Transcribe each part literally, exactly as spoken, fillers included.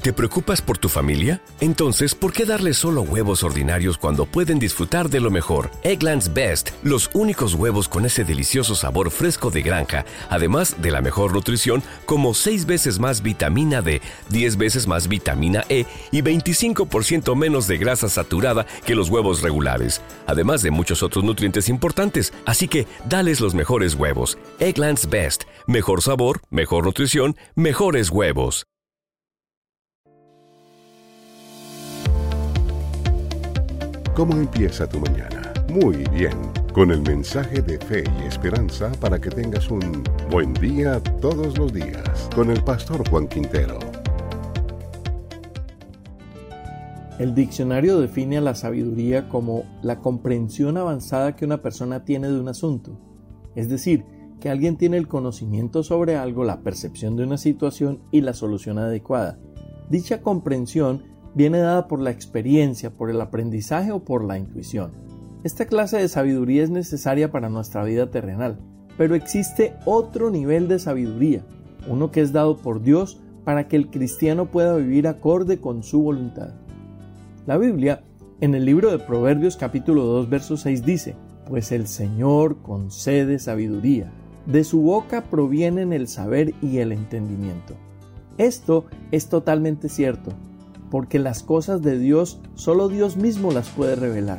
¿Te preocupas por tu familia? Entonces, ¿por qué darles solo huevos ordinarios cuando pueden disfrutar de lo mejor? Eggland's Best, los únicos huevos con ese delicioso sabor fresco de granja, además de la mejor nutrición, como seis veces más vitamina D, diez veces más vitamina E y veinticinco por ciento menos de grasa saturada que los huevos regulares, además de muchos otros nutrientes importantes. Así que, dales los mejores huevos. Eggland's Best, mejor sabor, mejor nutrición, mejores huevos. ¿Cómo empieza tu mañana? Muy bien, con el mensaje de fe y esperanza para que tengas un buen día todos los días, con el pastor Juan Quintero. El diccionario define a la sabiduría como la comprensión avanzada que una persona tiene de un asunto, es decir, que alguien tiene el conocimiento sobre algo, la percepción de una situación y la solución adecuada. Dicha comprensión viene dada por la experiencia, por el aprendizaje o por la intuición. Esta clase de sabiduría es necesaria para nuestra vida terrenal, pero existe otro nivel de sabiduría, uno que es dado por Dios para que el cristiano pueda vivir acorde con su voluntad. La Biblia, en el libro de Proverbios capítulo dos, verso seis dice: «Pues el Señor concede sabiduría, de su boca provienen el saber y el entendimiento». Esto es totalmente cierto, porque las cosas de Dios solo Dios mismo las puede revelar.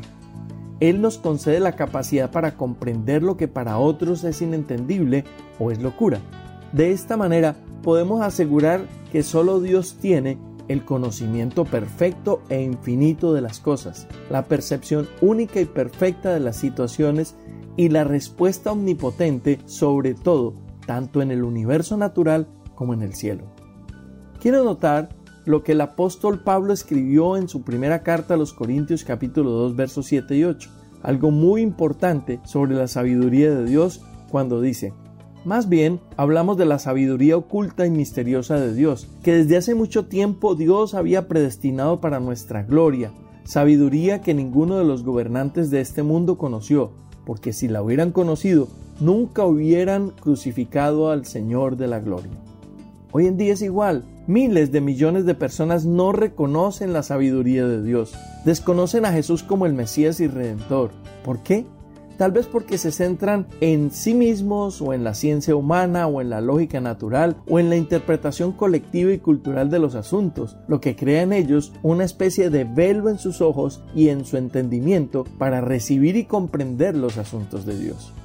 Él nos concede la capacidad para comprender lo que para otros es inentendible o es locura. De esta manera podemos asegurar que solo Dios tiene el conocimiento perfecto e infinito de las cosas, la percepción única y perfecta de las situaciones y la respuesta omnipotente sobre todo, tanto en el universo natural como en el cielo. Quiero notar lo que el apóstol Pablo escribió en su primera carta a los Corintios capítulo dos versos siete y ocho, algo muy importante sobre la sabiduría de Dios cuando dice: «Más bien hablamos de la sabiduría oculta y misteriosa de Dios, que desde hace mucho tiempo Dios había predestinado para nuestra gloria, sabiduría que ninguno de los gobernantes de este mundo conoció, porque si la hubieran conocido, nunca hubieran crucificado al Señor de la gloria». Hoy en día es igual. Miles de millones de personas no reconocen la sabiduría de Dios. Desconocen a Jesús como el Mesías y Redentor. ¿Por qué? Tal vez porque se centran en sí mismos o en la ciencia humana o en la lógica natural o en la interpretación colectiva y cultural de los asuntos, lo que crea en ellos una especie de velo en sus ojos y en su entendimiento para recibir y comprender los asuntos de Dios.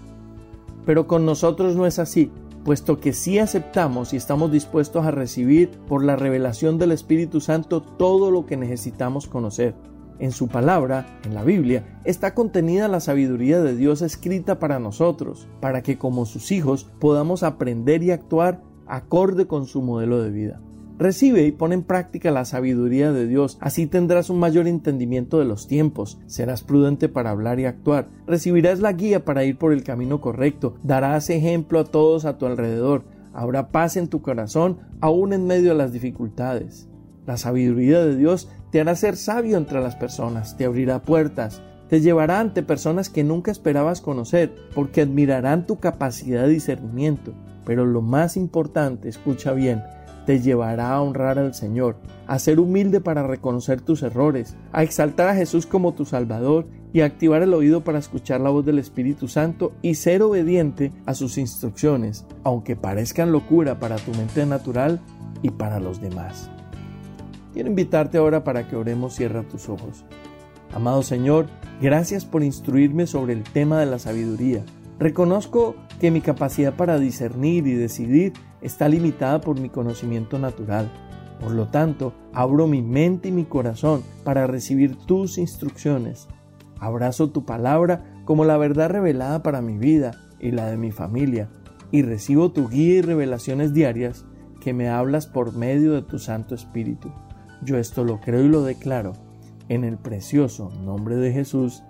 Pero con nosotros no es así, puesto que sí aceptamos y estamos dispuestos a recibir por la revelación del Espíritu Santo todo lo que necesitamos conocer. En su palabra, en la Biblia, está contenida la sabiduría de Dios escrita para nosotros, para que como sus hijos podamos aprender y actuar acorde con su modelo de vida. Recibe y pon en práctica la sabiduría de Dios, así tendrás un mayor entendimiento de los tiempos, serás prudente para hablar y actuar, recibirás la guía para ir por el camino correcto, darás ejemplo a todos a tu alrededor, habrá paz en tu corazón aún en medio de las dificultades. La sabiduría de Dios te hará ser sabio entre las personas, te abrirá puertas, te llevará ante personas que nunca esperabas conocer, porque admirarán tu capacidad de discernimiento, pero lo más importante, escucha bien, te llevará a honrar al Señor, a ser humilde para reconocer tus errores, a exaltar a Jesús como tu Salvador y a activar el oído para escuchar la voz del Espíritu Santo y ser obediente a sus instrucciones, aunque parezcan locura para tu mente natural y para los demás. Quiero invitarte ahora para que oremos. Cierra tus ojos. Amado Señor, gracias por instruirme sobre el tema de la sabiduría. Reconozco que mi capacidad para discernir y decidir está limitada por mi conocimiento natural. Por lo tanto, abro mi mente y mi corazón para recibir tus instrucciones. Abrazo tu palabra como la verdad revelada para mi vida y la de mi familia, y recibo tu guía y revelaciones diarias que me hablas por medio de tu Santo Espíritu. Yo esto lo creo y lo declaro en el precioso nombre de Jesús.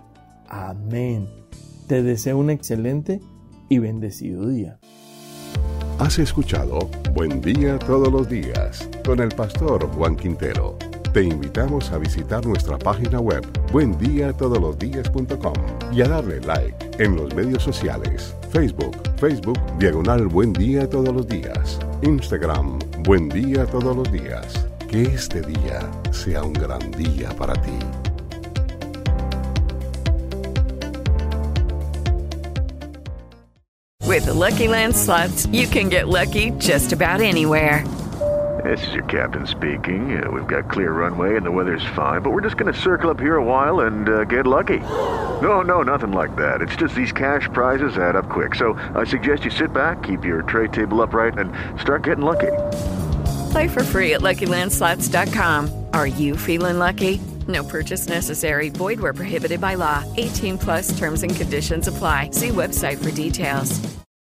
Amén. Te deseo un excelente y bendecido día. Has escuchado Buen Día Todos los Días con el pastor Juan Quintero. Te invitamos a visitar nuestra página web buen día todos los días punto com y a darle like en los medios sociales: Facebook, Facebook, diagonal Buen Día Todos los Días, Instagram, Buen Día Todos los Días, Que este día sea un gran día para ti. With the Lucky Land Slots, you can get lucky just about anywhere. This is your captain speaking. Uh, we've got clear runway and the weather's fine, but we're just going to circle up here a while and uh, get lucky. No, no, nothing like that. It's just these cash prizes add up quick. So I suggest you sit back, keep your tray table upright, and start getting lucky. Play for free at Lucky Land Slots dot com. Are you feeling lucky? No purchase necessary. Void where prohibited by law. eighteen plus terms and conditions apply. See website for details.